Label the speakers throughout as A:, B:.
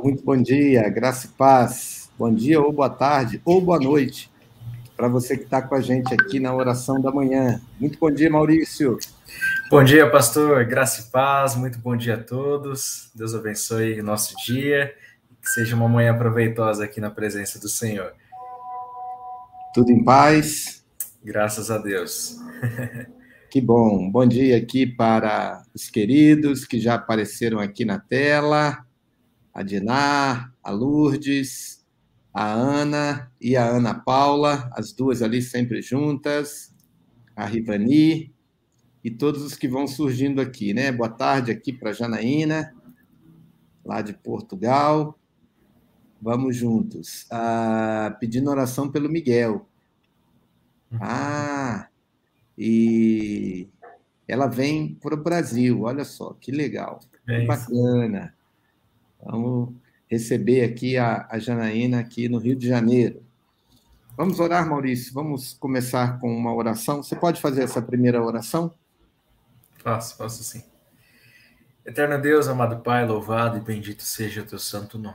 A: muito bom dia, graça e paz. Bom dia, ou boa tarde, ou boa noite, para você que está com a gente aqui na oração da manhã. Muito bom dia, Maurício.
B: Bom dia, pastor. Graça e paz. Muito bom dia a todos. Deus abençoe o nosso dia. Que seja uma manhã proveitosa aqui na presença do Senhor.
A: Tudo em paz?
B: Graças a Deus.
A: Que bom. Bom dia aqui para os queridos que já apareceram aqui na tela. A Dinar, a Lourdes, a Ana e a Ana Paula, as duas ali sempre juntas. A Rivani e todos os que vão surgindo aqui, né? Boa tarde aqui para a Janaína, lá de Portugal. Vamos juntos. Pedindo oração pelo Miguel. E ela vem para o Brasil, olha só, que legal, que bacana. Vamos receber aqui a Janaína aqui no Rio de Janeiro. Vamos orar, Maurício, vamos começar com uma oração. Você pode fazer essa primeira oração?
B: Posso sim. Eterno Deus, amado Pai, louvado e bendito seja o teu santo nome.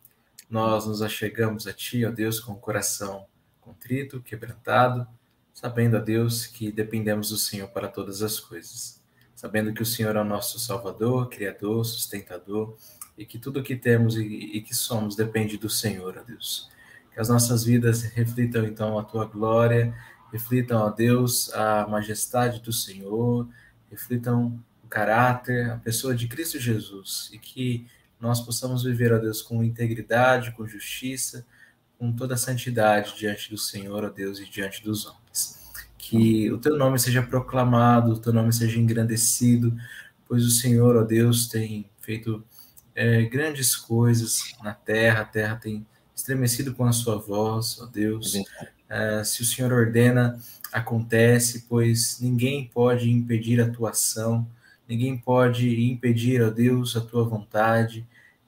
B: Nós nos achegamos a Ti, ó Deus, com o coração contrito, quebrantado, sabendo, ó Deus, que dependemos do Senhor para todas as coisas. Sabendo que o Senhor é o nosso Salvador, Criador, Sustentador, e que tudo o que temos e que somos depende do Senhor, ó Deus. Que as nossas vidas reflitam, então, a Tua glória, reflitam, ó Deus, a majestade do Senhor, reflitam o caráter, a pessoa de Cristo Jesus, e que nós possamos viver, ó Deus, com integridade, com justiça, com toda a santidade diante do Senhor, ó Deus, e diante dos homens. Que o teu nome seja proclamado, o teu nome seja engrandecido, pois o Senhor, ó Deus, tem feito grandes coisas na terra, a terra tem estremecido com a sua voz, ó Deus. Se o Senhor ordena, acontece, pois ninguém pode impedir a tua ação, ninguém pode impedir, ó Deus, a tua vontade.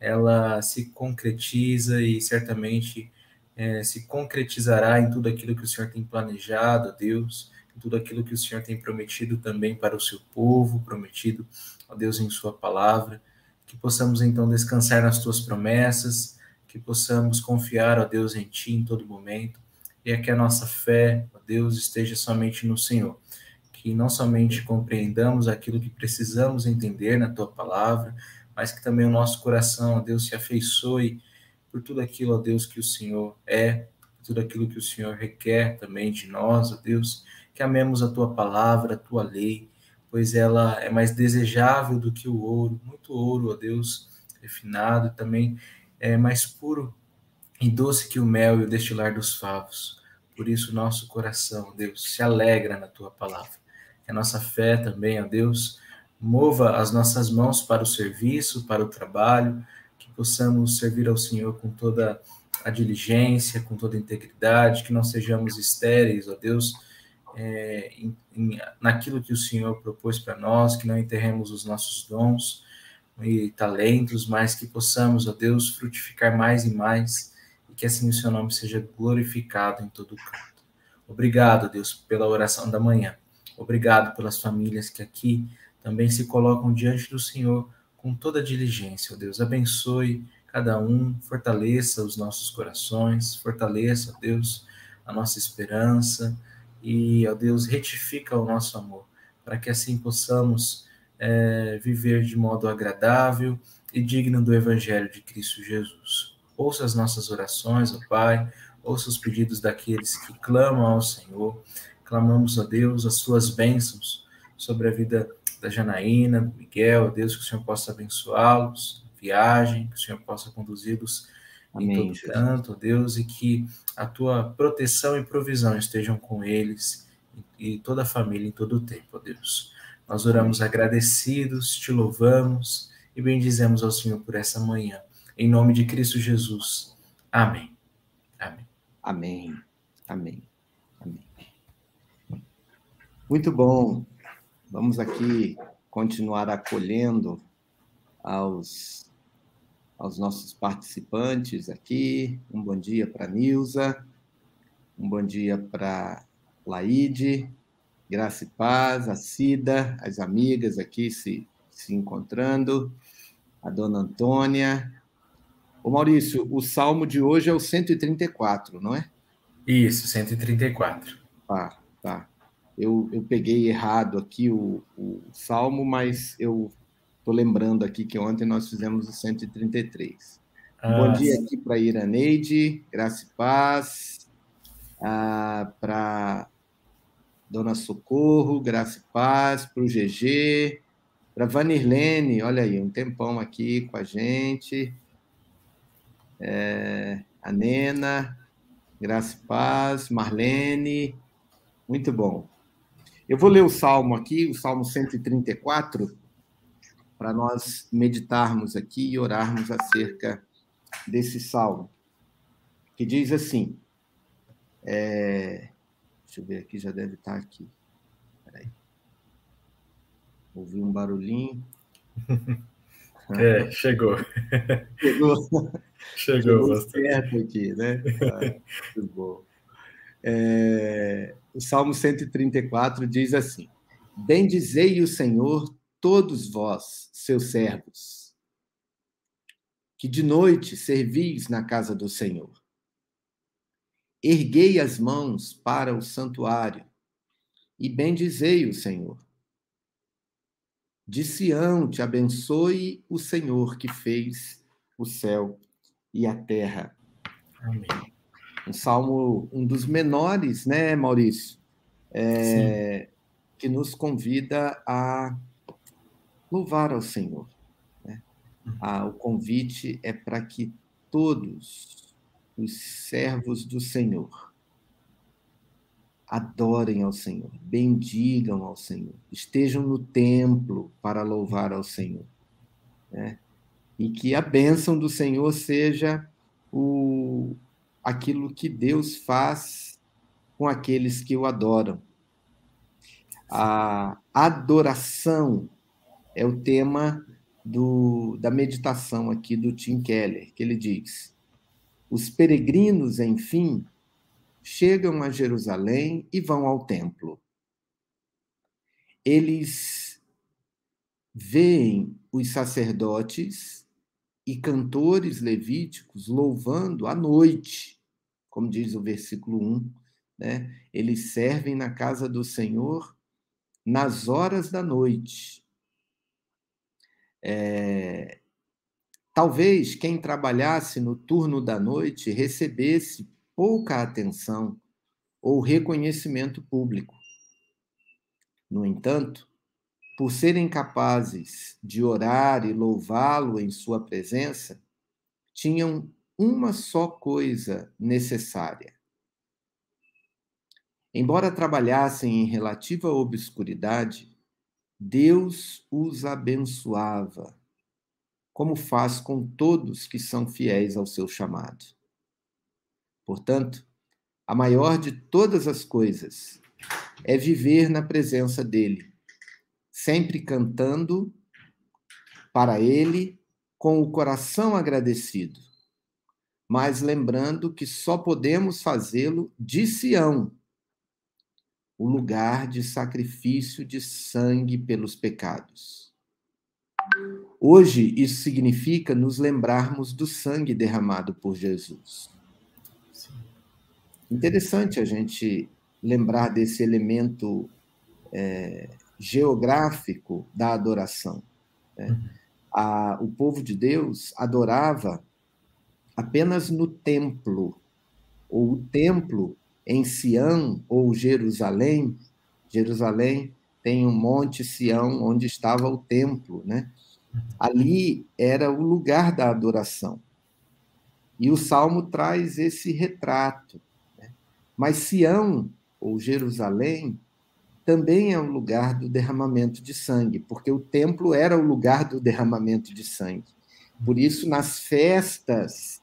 B: Ela se concretiza e certamente se concretizará em tudo aquilo que o Senhor tem planejado, ó Deus, em tudo aquilo que o Senhor tem prometido também para o seu povo, prometido, ó Deus, em sua palavra. Que possamos então descansar nas tuas promessas, que possamos confiar, ó Deus, em ti em todo momento, e que a nossa fé, ó Deus, esteja somente no Senhor. Que não somente compreendamos aquilo que precisamos entender na tua palavra, mas que também o nosso coração, ó Deus, se afeiçoe por tudo aquilo, ó Deus, que o Senhor é, por tudo aquilo que o Senhor requer também de nós, ó Deus, que amemos a tua palavra, a tua lei, pois ela é mais desejável do que o ouro, muito ouro, ó Deus, refinado, e também é mais puro e doce que o mel e o destilar dos favos. Por isso, nosso coração, Deus, se alegra na tua palavra. Que a nossa fé também, ó Deus, mova as nossas mãos para o serviço, para o trabalho, que possamos servir ao Senhor com toda a diligência, com toda a integridade, que não sejamos estéreis, ó Deus, naquilo que o Senhor propôs para nós, que não enterremos os nossos dons e talentos, mas que possamos, ó Deus, frutificar mais e mais, e que assim o seu nome seja glorificado em todo canto. Obrigado, Deus, pela oração da manhã. Obrigado pelas famílias que aqui também se colocam diante do Senhor com toda a diligência, ó Deus. Abençoe cada um, fortaleça os nossos corações, fortaleça, ó Deus, a nossa esperança e, ó Deus, retifica o nosso amor, para que assim possamos viver de modo agradável e digno do Evangelho de Cristo Jesus. Ouça as nossas orações, ó Pai, ouça os pedidos daqueles que clamam ao Senhor. Clamamos a Deus as suas bênçãos sobre a vida da Janaína, do Miguel, ó Deus, que o Senhor possa abençoá-los, viagem, que o Senhor possa conduzi-los em todo canto, ó Deus, e que a tua proteção e provisão estejam com eles e toda a família em todo o tempo, ó Deus. Nós oramos agradecidos, te louvamos e bendizemos ao Senhor por essa manhã. Em nome de Cristo Jesus. Amém. Amém.
A: Amém. Amém. Amém. Muito bom. Vamos aqui continuar acolhendo aos nossos participantes aqui. Um bom dia para a Nilza, um bom dia para Laide, Graça e Paz, a Cida, as amigas aqui se encontrando, a dona Antônia, Ô Maurício, o salmo de hoje é o 134, não é?
B: Isso, 134.
A: Tá. Eu peguei errado aqui o salmo, mas eu estou lembrando aqui que ontem nós fizemos o 133. Um bom dia
B: Sim.
A: aqui para a Iraneide, graça e paz. Para Dona Socorro, graça e paz. Para o GG. Para Vanirlene, olha aí, um tempão aqui com a gente. A Nena, graça e paz. Marlene, muito bom. Eu vou ler o salmo aqui, o salmo 134, para nós meditarmos aqui e orarmos acerca desse salmo, que diz assim, deixa eu ver aqui, já deve estar aqui. Peraí. Ouvi um barulhinho.
B: Chegou. Chegou
A: Chegou
B: bastante.
A: certo aqui, né? Muito bom. O Salmo 134 diz assim: Bendizei o Senhor, todos vós, seus servos, que de noite servis na casa do Senhor. Erguei as mãos para o santuário e bendizei o Senhor. De Sião te abençoe o Senhor que fez o céu e a terra.
B: Amém.
A: Um salmo, um dos menores, né, Maurício? Que nos convida a louvar ao Senhor. Né? O convite é para que todos os servos do Senhor adorem ao Senhor, bendigam ao Senhor, estejam no templo para louvar ao Senhor. Né? E que a bênção do Senhor seja aquilo que Deus faz com aqueles que o adoram. A adoração é o tema da meditação aqui do Tim Keller, que ele diz: os peregrinos, enfim, chegam a Jerusalém e vão ao templo. Eles veem os sacerdotes e cantores levíticos louvando à noite, como diz o versículo 1, né? Eles servem na casa do Senhor nas horas da noite. Talvez quem trabalhasse no turno da noite recebesse pouca atenção ou reconhecimento público. No entanto, por serem capazes de orar e louvá-lo em sua presença, tinham uma só coisa necessária. Embora trabalhassem em relativa obscuridade, Deus os abençoava, como faz com todos que são fiéis ao seu chamado. Portanto, a maior de todas as coisas é viver na presença dele, sempre cantando para ele com o coração agradecido, mas lembrando que só podemos fazê-lo de Sião, o lugar de sacrifício de sangue pelos pecados. Hoje, isso significa nos lembrarmos do sangue derramado por Jesus. Interessante a gente lembrar desse elemento geográfico da adoração. Né? O povo de Deus adorava apenas no templo, ou o templo em Sião ou Jerusalém. Jerusalém tem um monte Sião onde estava o templo, né? Ali era o lugar da adoração. E o Salmo traz esse retrato. Né? Mas Sião, ou Jerusalém, também é o lugar do derramamento de sangue, porque o templo era o lugar do derramamento de sangue. Por isso, nas festas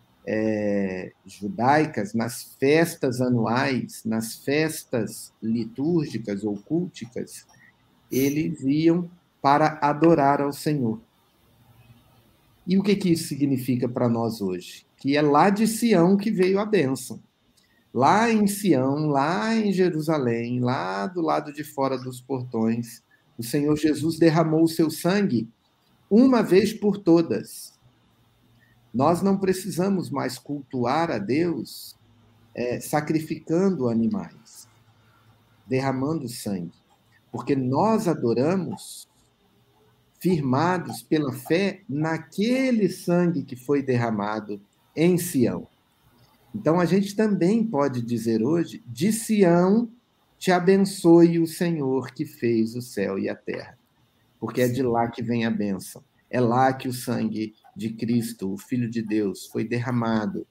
A: judaicas, nas festas anuais, nas festas litúrgicas ou culticas, eles iam para adorar ao Senhor. E o que isso significa para nós hoje? Que é lá de Sião que veio a bênção. Lá em Sião, lá em Jerusalém, lá do lado de fora dos portões, o Senhor Jesus derramou o seu sangue uma vez por todas, Nós não precisamos mais cultuar a Deus sacrificando animais, derramando sangue, porque nós adoramos firmados pela fé naquele sangue que foi derramado em Sião. Então, a gente também pode dizer hoje: de Sião te abençoe o Senhor que fez o céu e a terra, porque é de lá que vem a bênção. É lá que o sangue de Cristo, o Filho de Deus, foi derramado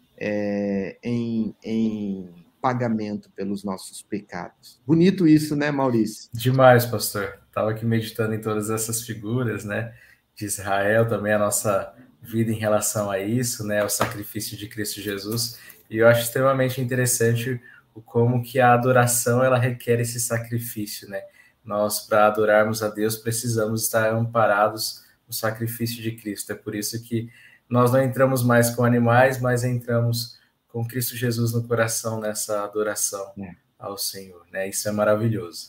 A: em pagamento pelos nossos pecados. Bonito isso, né, Maurício?
B: Demais, pastor. Estava aqui meditando em todas essas figuras, né? De Israel, também a nossa vida em relação a isso, né? O sacrifício de Cristo Jesus. E eu acho extremamente interessante o como que a adoração ela requer esse sacrifício, né? Nós, para adorarmos a Deus, precisamos estar amparados no sacrifício de Cristo. É por isso que nós não entramos mais com animais, mas entramos com Cristo Jesus no coração nessa adoração ao Senhor, né? Isso é maravilhoso.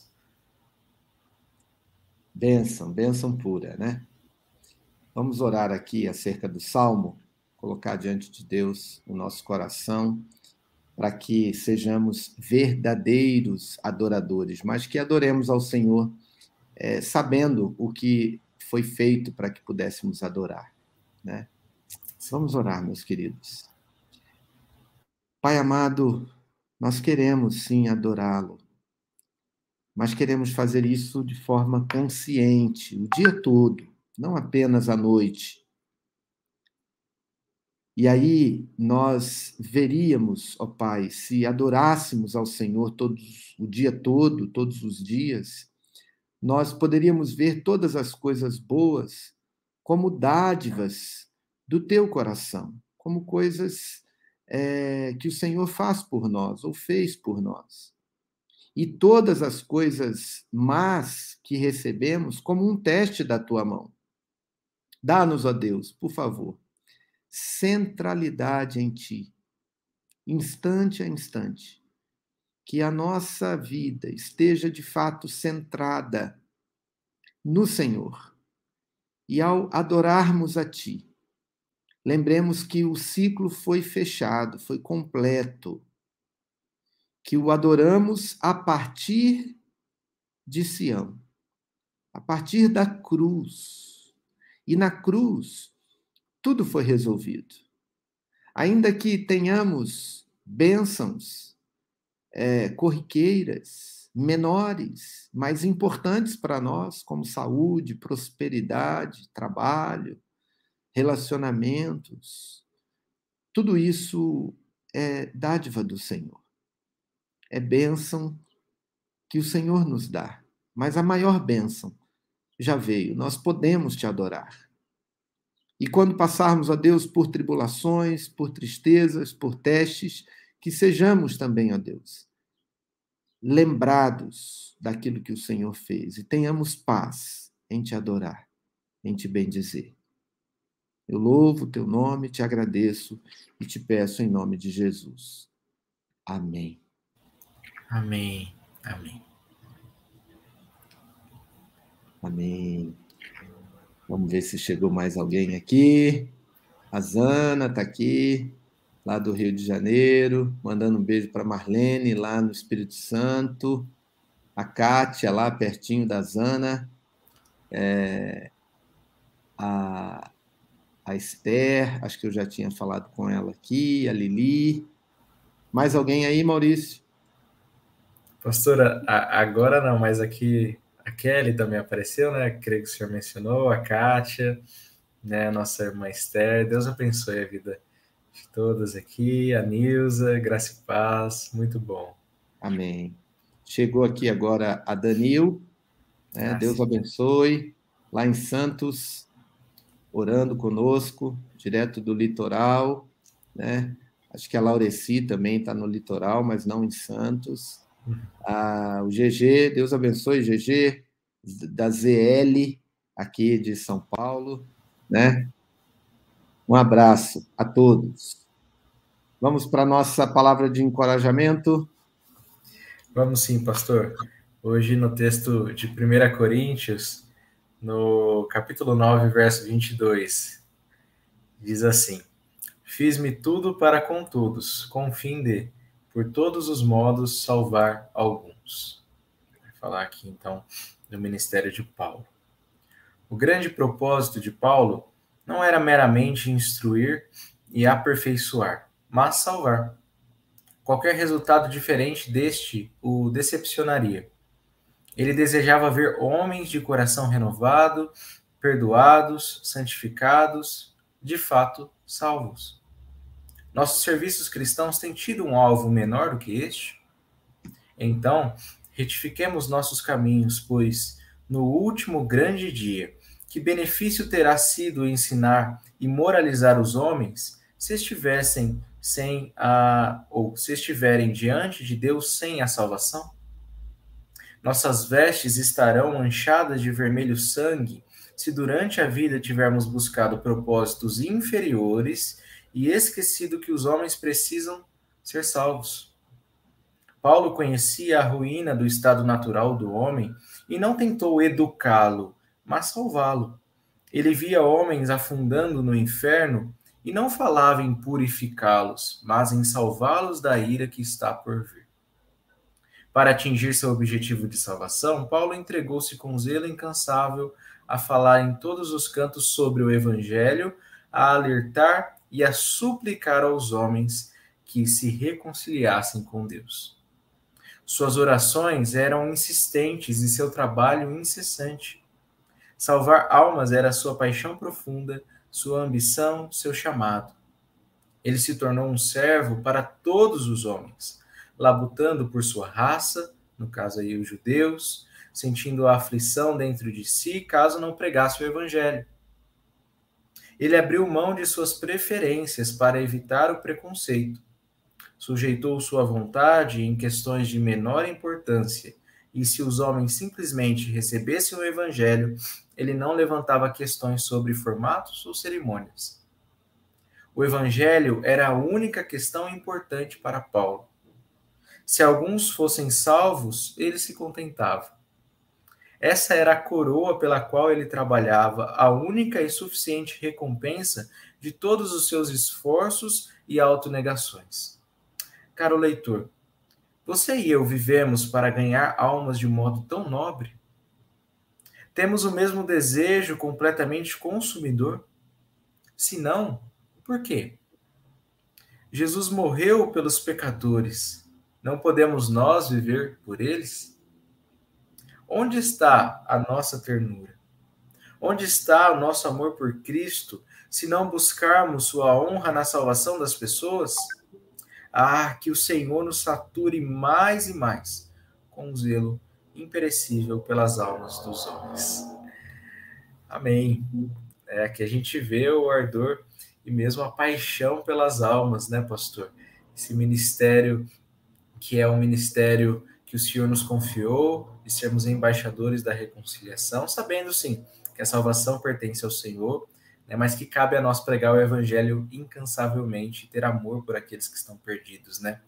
A: Bênção, bênção pura, né? Vamos orar aqui acerca do Salmo, colocar diante de Deus o nosso coração, para que sejamos verdadeiros adoradores, mas que adoremos ao Senhor, sabendo o que foi feito para que pudéssemos adorar, né? Vamos orar, meus queridos. Pai amado, nós queremos sim adorá-lo, mas queremos fazer isso de forma consciente, o dia todo, não apenas à noite. E aí nós veríamos, ó Pai, se adorássemos ao Senhor o dia todo, todos os dias, nós poderíamos ver todas as coisas boas como dádivas do teu coração, como coisas que o Senhor faz por nós, ou fez por nós. E todas as coisas más que recebemos como um teste da tua mão. Dá-nos, ó Deus, por favor, centralidade em ti, instante a instante, que a nossa vida esteja de fato centrada no Senhor. E ao adorarmos a ti, lembremos que o ciclo foi fechado, foi completo, que o adoramos a partir de Sião, a partir da cruz. E na cruz, tudo foi resolvido. Ainda que tenhamos bênçãos corriqueiras, menores, mas importantes para nós, como saúde, prosperidade, trabalho, relacionamentos, tudo isso é dádiva do Senhor. É bênção que o Senhor nos dá. Mas a maior bênção já veio. Nós podemos te adorar. E quando passarmos, ó Deus, por tribulações, por tristezas, por testes, que sejamos também, ó Deus, lembrados daquilo que o Senhor fez e tenhamos paz em te adorar, em te bendizer. Eu louvo o teu nome, te agradeço e te peço em nome de Jesus. Amém.
B: Amém. Amém.
A: Amém. Vamos ver se chegou mais alguém aqui. A Zana está aqui, lá do Rio de Janeiro, mandando um beijo para Marlene, lá no Espírito Santo. A Kátia, lá pertinho da Zana. A Esther, acho que eu já tinha falado com ela aqui. A Lili. Mais alguém aí, Maurício?
B: Pastora, agora não, mas aqui a Kelly também apareceu, né? Creio que o senhor mencionou, a Kátia, né? Nossa irmã Esther. Deus abençoe a vida de todas aqui. A Nilza, graça e paz. Muito bom.
A: Amém. Chegou aqui agora a Danil, né? Deus abençoe. Lá em Santos, orando conosco, direto do litoral, né? Acho que a Laureci também está no litoral, mas não em Santos. O GG, Deus abençoe, GG, da ZL, aqui de São Paulo, né? Um abraço a todos. Vamos para a nossa palavra de encorajamento?
B: Vamos sim, pastor. Hoje no texto de 1 Coríntios, no capítulo 9, verso 22, diz assim: Fiz-me tudo para com todos, com o fim de, por todos os modos, salvar alguns. Vai falar aqui, então, do ministério de Paulo. O grande propósito de Paulo não era meramente instruir e aperfeiçoar, mas salvar. Qualquer resultado diferente deste o decepcionaria. Ele desejava ver homens de coração renovado, perdoados, santificados, de fato salvos. Nossos serviços cristãos têm tido um alvo menor do que este? Então, retifiquemos nossos caminhos, pois, no último grande dia, que benefício terá sido ensinar e moralizar os homens se estivessem ou se estiverem diante de Deus sem a salvação? Nossas vestes estarão manchadas de vermelho sangue se durante a vida tivermos buscado propósitos inferiores e esquecido que os homens precisam ser salvos. Paulo conhecia a ruína do estado natural do homem e não tentou educá-lo, mas salvá-lo. Ele via homens afundando no inferno e não falava em purificá-los, mas em salvá-los da ira que está por vir. Para atingir seu objetivo de salvação, Paulo entregou-se com zelo incansável a falar em todos os cantos sobre o Evangelho, a alertar e a suplicar aos homens que se reconciliassem com Deus. Suas orações eram insistentes e seu trabalho incessante. Salvar almas era sua paixão profunda, sua ambição, seu chamado. Ele se tornou um servo para todos os homens, labutando por sua raça, no caso aí os judeus, sentindo a aflição dentro de si caso não pregasse o evangelho. Ele abriu mão de suas preferências para evitar o preconceito. Sujeitou sua vontade em questões de menor importância, e se os homens simplesmente recebessem o evangelho, ele não levantava questões sobre formatos ou cerimônias. O evangelho era a única questão importante para Paulo. Se alguns fossem salvos, ele se contentava. Essa era a coroa pela qual ele trabalhava, a única e suficiente recompensa de todos os seus esforços e autonegações. Caro leitor, você e eu vivemos para ganhar almas de modo tão nobre? Temos o mesmo desejo completamente consumidor? Se não, por quê? Jesus morreu pelos pecadores. Não podemos nós viver por eles? Onde está a nossa ternura? Onde está o nosso amor por Cristo, se não buscarmos sua honra na salvação das pessoas? Ah, que o Senhor nos sature mais e mais com um zelo imperecível pelas almas dos homens. Amém. É que a gente vê o ardor e mesmo a paixão pelas almas, né, pastor? Esse ministério que é um ministério que o Senhor nos confiou, de sermos embaixadores da reconciliação, sabendo sim que a salvação pertence ao Senhor, né, mas que cabe a nós pregar o evangelho incansavelmente e ter amor por aqueles que estão perdidos, né?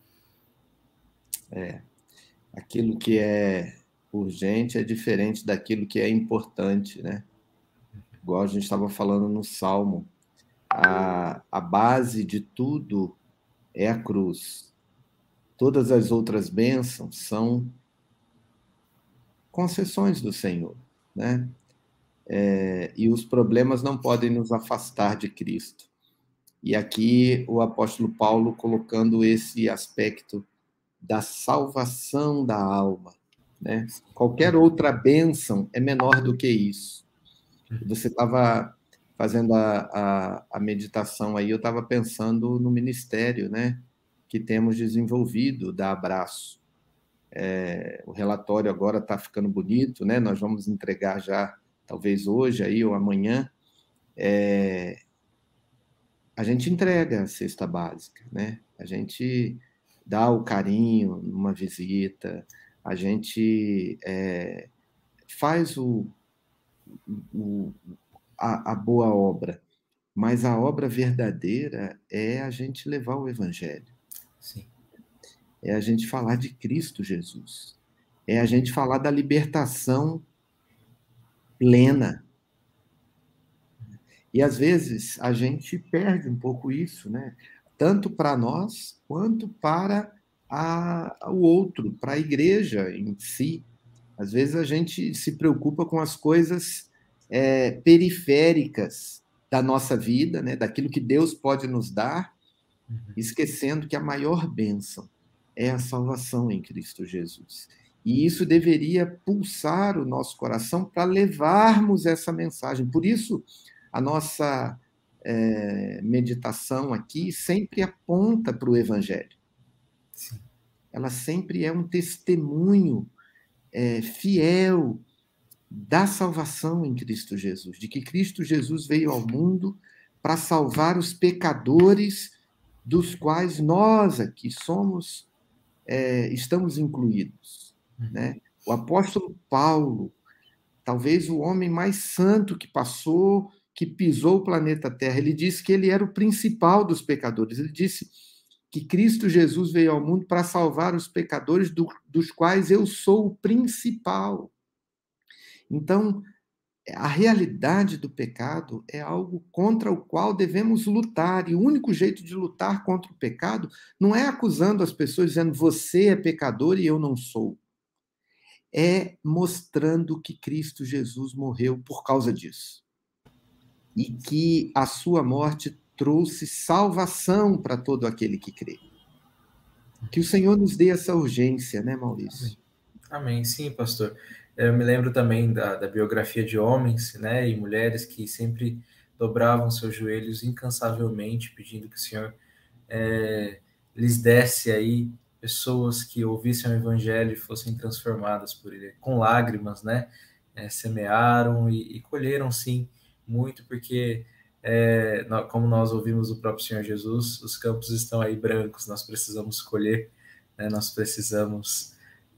A: Aquilo que é urgente é diferente daquilo que é importante, né? Igual a gente estava falando no Salmo, a base de tudo é a cruz. Todas as outras bênçãos são concessões do Senhor, né? E os problemas não podem nos afastar de Cristo. E aqui o apóstolo Paulo colocando esse aspecto da salvação da alma, né? Qualquer outra bênção é menor do que isso. Você estava fazendo a meditação aí, eu estava pensando no ministério, né, que temos desenvolvido da Abraço. O relatório agora está ficando bonito, né? Nós vamos entregar já, talvez hoje aí ou amanhã. A gente entrega a cesta básica, né? A gente dá o carinho numa visita, a gente faz a boa obra, mas a obra verdadeira é a gente levar o evangelho.
B: Sim.
A: É a gente falar de Cristo Jesus. É a gente falar da libertação plena. E às vezes a gente perde um pouco isso, né? Tanto para nós quanto para o outro, para a igreja em si. Às vezes a gente se preocupa com as coisas periféricas da nossa vida, né? Daquilo que Deus pode nos dar, esquecendo que a maior bênção é a salvação em Cristo Jesus. E isso deveria pulsar o nosso coração para levarmos essa mensagem. Por isso, a nossa meditação aqui sempre aponta para o Evangelho.
B: Sim.
A: Ela sempre é um testemunho fiel da salvação em Cristo Jesus, de que Cristo Jesus veio ao mundo para salvar os pecadores, dos quais nós aqui estamos incluídos, né? O apóstolo Paulo, talvez o homem mais santo que pisou o planeta Terra, ele disse que ele era o principal dos pecadores. Ele disse que Cristo Jesus veio ao mundo para salvar os pecadores, dos quais eu sou o principal. Então, a realidade do pecado é algo contra o qual devemos lutar. E o único jeito de lutar contra o pecado não é acusando as pessoas, dizendo você é pecador e eu não sou. É mostrando que Cristo Jesus morreu por causa disso. E que a sua morte trouxe salvação para todo aquele que crê. Que o Senhor nos dê essa urgência, né, Maurício?
B: Amém. Sim, pastor. Eu me lembro também da biografia de homens, né, e mulheres que sempre dobravam seus joelhos incansavelmente, pedindo que o Senhor lhes desse aí pessoas que ouvissem o evangelho e fossem transformadas por ele. Com lágrimas, né, semearam e colheram, sim, muito, porque como nós ouvimos o próprio Senhor Jesus, os campos estão aí brancos, nós precisamos colher, né, nós precisamos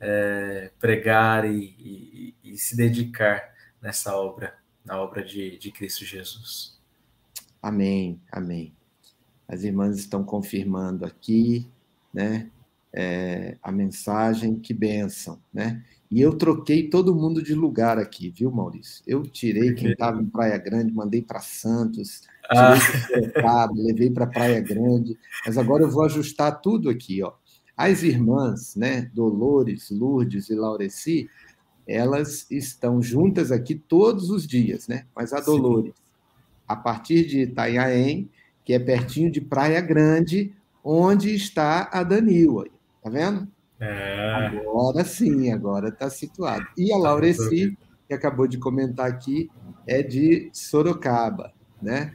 B: pregar e se dedicar nessa obra, na obra de Cristo Jesus.
A: Amém, amém. As irmãs estão confirmando aqui, né, a mensagem, que bênção, né? E eu troquei todo mundo de lugar aqui, viu, Maurício? Eu tirei quem estava em Praia Grande, mandei para Santos, tirei de Sorocaba, levei para Praia Grande, mas agora eu vou ajustar tudo aqui, ó. As irmãs, né, Dolores, Lourdes e Laureci, elas estão juntas aqui todos os dias, né? Mas a
B: Sim.
A: Dolores, a partir de Itanhaém, que é pertinho de Praia Grande, onde está a Danil. Tá vendo? Agora sim, agora está situado. E a
B: Tá resolvido.
A: Laureci, que acabou de comentar aqui, é de Sorocaba, né?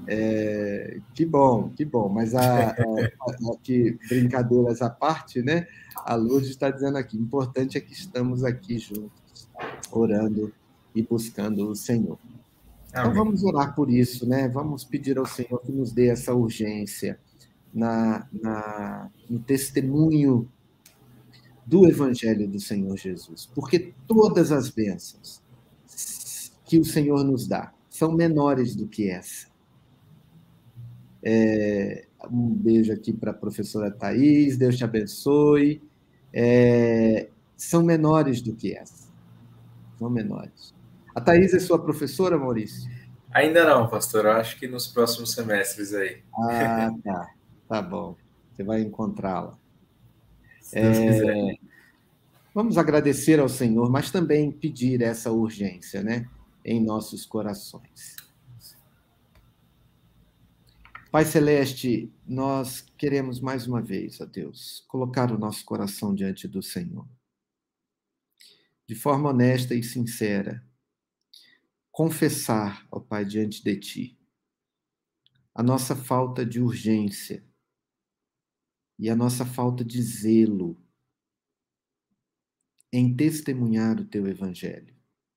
A: Que bom, que bom. Mas que brincadeiras à parte, né? A Lourdes está dizendo aqui, importante é que estamos aqui juntos, orando e buscando o Senhor. Então
B: Amém.
A: vamos orar por isso, né? Vamos pedir ao Senhor que nos dê essa urgência no testemunho do Evangelho do Senhor Jesus, porque todas as bênçãos que o Senhor nos dá são menores do que essa. Um beijo aqui para a professora Thais, Deus te abençoe. São menores do que essa. São menores. A Thais é sua professora, Maurício?
B: Ainda não, pastor. Eu acho que nos próximos semestres aí.
A: Ah, tá. Tá bom. Você vai encontrá-la.
B: Se Deus quiser.
A: Vamos agradecer ao Senhor, mas também pedir essa urgência, né, em nossos corações. Pai Celeste, nós queremos mais uma vez, ó Deus, colocar o nosso coração diante do Senhor. De forma honesta e sincera, confessar, ó Pai, diante de Ti, a nossa falta de urgência e a nossa falta de zelo em testemunhar o Teu Evangelho,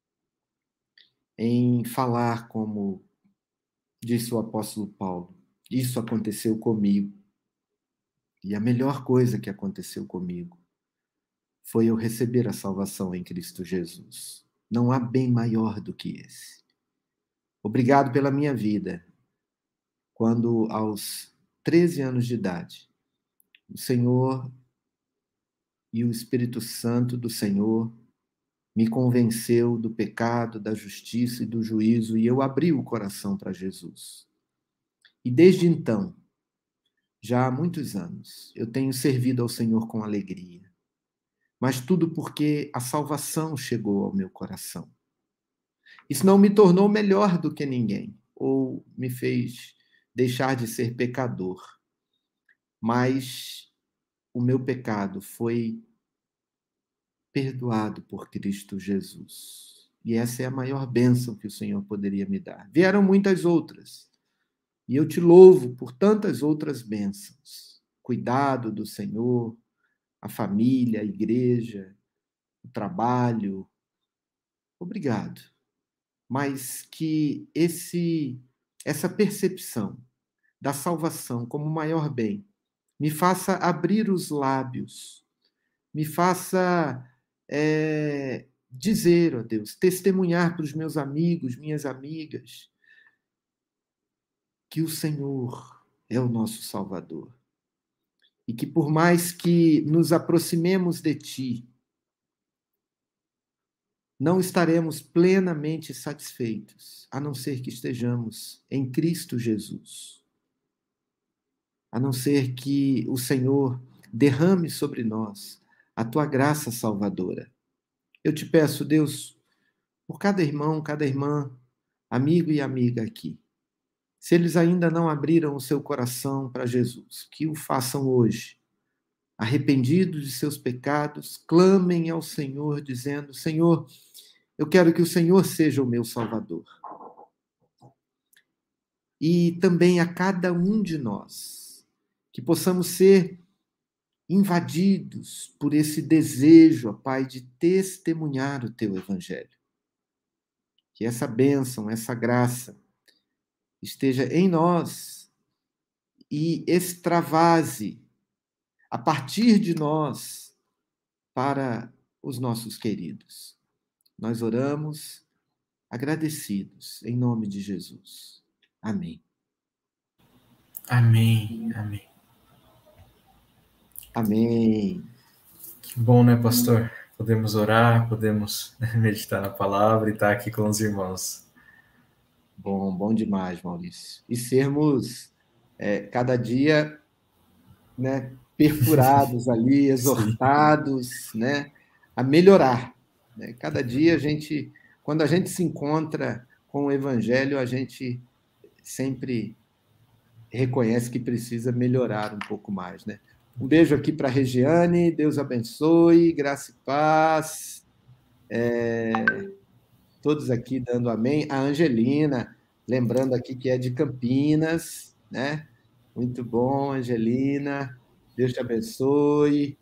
A: em falar como disse o apóstolo Paulo, isso aconteceu comigo. E a melhor coisa que aconteceu comigo foi eu receber a salvação em Cristo Jesus. Não há bem maior do que esse. Obrigado pela minha vida. Quando, aos 13 anos de idade, o Senhor e o Espírito Santo do Senhor me convenceu do pecado, da justiça e do juízo, e eu abri o coração para Jesus. E desde então, já há muitos anos, eu tenho servido ao Senhor com alegria. Mas tudo porque a salvação chegou ao meu coração. Isso não me tornou melhor do que ninguém, ou me fez deixar de ser pecador. Mas o meu pecado foi perdoado por Cristo Jesus. E essa é a maior bênção que o Senhor poderia me dar. Vieram muitas outras. E eu te louvo por tantas outras bênçãos. Cuidado do Senhor, a família, a igreja, o trabalho. Obrigado. Mas que essa percepção da salvação como o maior bem me faça abrir os lábios, me faça dizer, ó Deus, testemunhar para os meus amigos, minhas amigas, que o Senhor é o nosso Salvador. E que por mais que nos aproximemos de Ti, não estaremos plenamente satisfeitos, a não ser que estejamos em Cristo Jesus. A não ser que o Senhor derrame sobre nós a Tua graça salvadora. Eu te peço, Deus, por cada irmão, cada irmã, amigo e amiga aqui, se eles ainda não abriram o seu coração para Jesus, que o façam hoje. Arrependidos de seus pecados, clamem ao Senhor, dizendo, Senhor, eu quero que o Senhor seja o meu Salvador. E também a cada um de nós, que possamos ser invadidos por esse desejo, ó Pai, de testemunhar o Teu Evangelho. Que essa bênção, essa graça, esteja em nós e extravase a partir de nós para os nossos queridos. Nós oramos agradecidos em nome de Jesus. Amém.
B: Amém, amém.
A: Amém.
B: Que bom, né, pastor? Podemos orar, podemos meditar na palavra e estar aqui com os irmãos.
A: Bom demais, Maurício. E sermos cada dia, né, perfurados ali, exortados, né, a melhorar. Né? Cada dia quando a gente se encontra com o Evangelho, a gente sempre reconhece que precisa melhorar um pouco mais. Né? Um beijo aqui para a Regiane, Deus abençoe, graça e paz. Todos aqui dando amém. A Angelina, lembrando aqui que é de Campinas, né? Muito bom, Angelina. Deus te abençoe.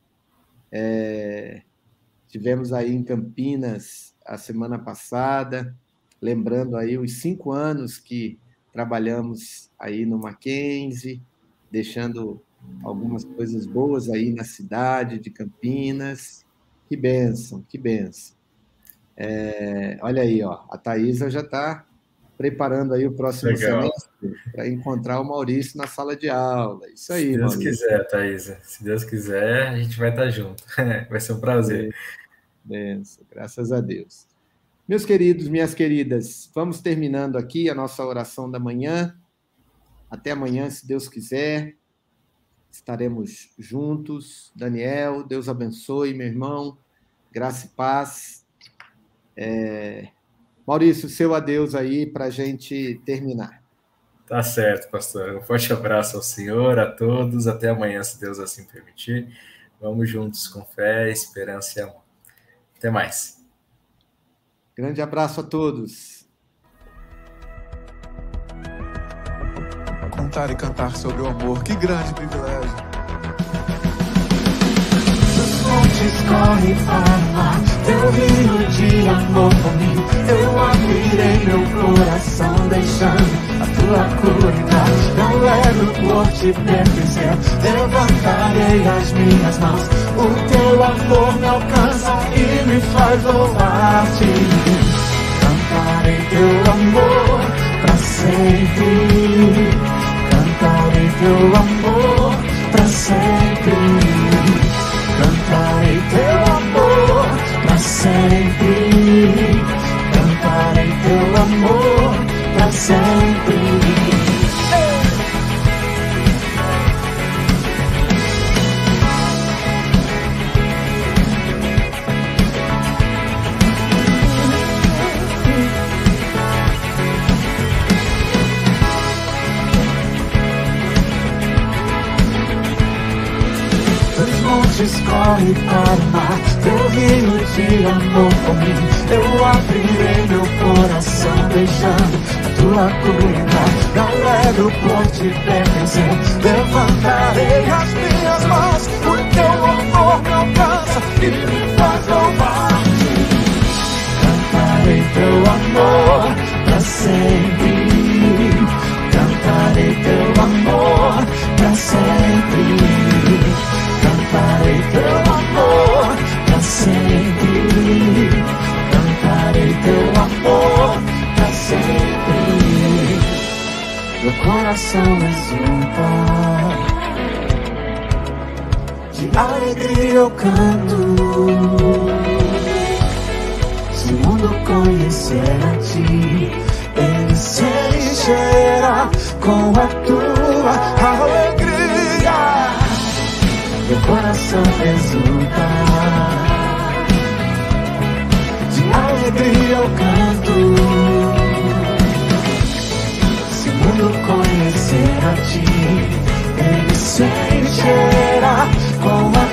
A: Tivemos aí em Campinas a semana passada, lembrando aí os 5 anos que trabalhamos aí no Mackenzie, deixando algumas coisas boas aí na cidade de Campinas. Que bênção, que bênção. Olha aí, ó, a Thaisa já está preparando aí o próximo semestre para encontrar o Maurício na sala de aula. Isso aí,
B: Se Deus
A: Maurício.
B: quiser, Thaisa. Se Deus quiser, a gente vai estar junto. Vai ser um prazer.
A: Benção, graças a Deus. Meus queridos, minhas queridas, vamos terminando aqui a nossa oração da manhã. Até amanhã, se Deus quiser. Estaremos juntos. Daniel, Deus abençoe, meu irmão. Graça e paz. Maurício, seu adeus aí para a gente terminar.
B: Tá certo, pastor. Um forte abraço ao senhor, a todos. Até amanhã, se Deus assim permitir. Vamos juntos com fé, esperança e amor. Até mais.
A: Grande abraço a todos.
C: Contar e cantar sobre o amor, que grande privilégio.
D: Montes correm para o mar, teu rio de amor por mim. Eu abrirei meu coração, deixando a tua cura entrar. Não levo por te pertencer, levantarei as minhas mãos. O teu amor me alcança e me faz louvar-te. Cantarei teu amor pra sempre. Cantarei teu amor pra sempre. Cantarei teu amor pra sempre. escorre para o mar, teu rio de amor por mim. Eu abrirei meu coração, deixando a tua cura. Me alegro por te pertencer, levantarei as minhas mãos, o teu amor me alcança e me faz louvar-te. Cantarei teu amor pra sempre, cantarei teu amor pra sempre, cantarei teu amor pra sempre, cantarei teu amor pra sempre. Meu coração exulta, de alegria eu canto. Se o mundo conhecer a ti, ele se encherá com a tua alegria. Meu coração exulta, de alegria eu canto. Se o mundo conhecer a ti, ele se encherá com a